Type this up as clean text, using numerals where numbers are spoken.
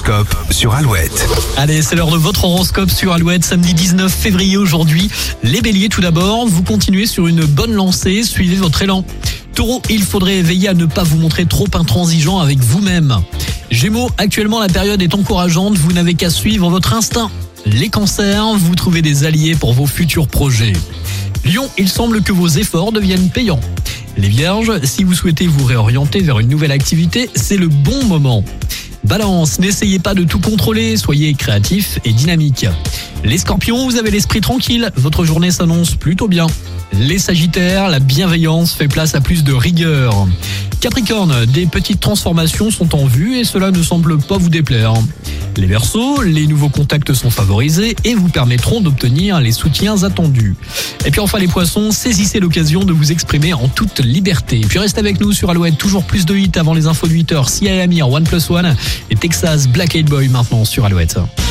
L'horoscope sur Alouette. Allez, c'est l'heure de votre horoscope sur Alouette, samedi 19 février aujourd'hui. Les béliers tout d'abord, vous continuez sur une bonne lancée, suivez votre élan. Taureau, il faudrait veiller à ne pas vous montrer trop intransigeant avec vous-même. Gémeaux, actuellement la période est encourageante, vous n'avez qu'à suivre votre instinct. Les cancers, vous trouvez des alliés pour vos futurs projets. Lion, il semble que vos efforts deviennent payants. Les vierges, si vous souhaitez vous réorienter vers une nouvelle activité, c'est le bon moment. Balance, n'essayez pas de tout contrôler, soyez créatif et dynamique. Les scorpions, vous avez l'esprit tranquille, votre journée s'annonce plutôt bien. Les sagittaires, la bienveillance fait place à plus de rigueur. Capricorne, des petites transformations sont en vue et cela ne semble pas vous déplaire. Les Verseaux, les nouveaux contacts sont favorisés et vous permettront d'obtenir les soutiens attendus. Et puis enfin les Poissons, saisissez l'occasion de vous exprimer en toute liberté. Et puis restez avec nous sur Alouette, toujours plus de hits avant les infos de 8h. Sia et Amir, One Plus One et Texas Black Eyed Boy maintenant sur Alouette.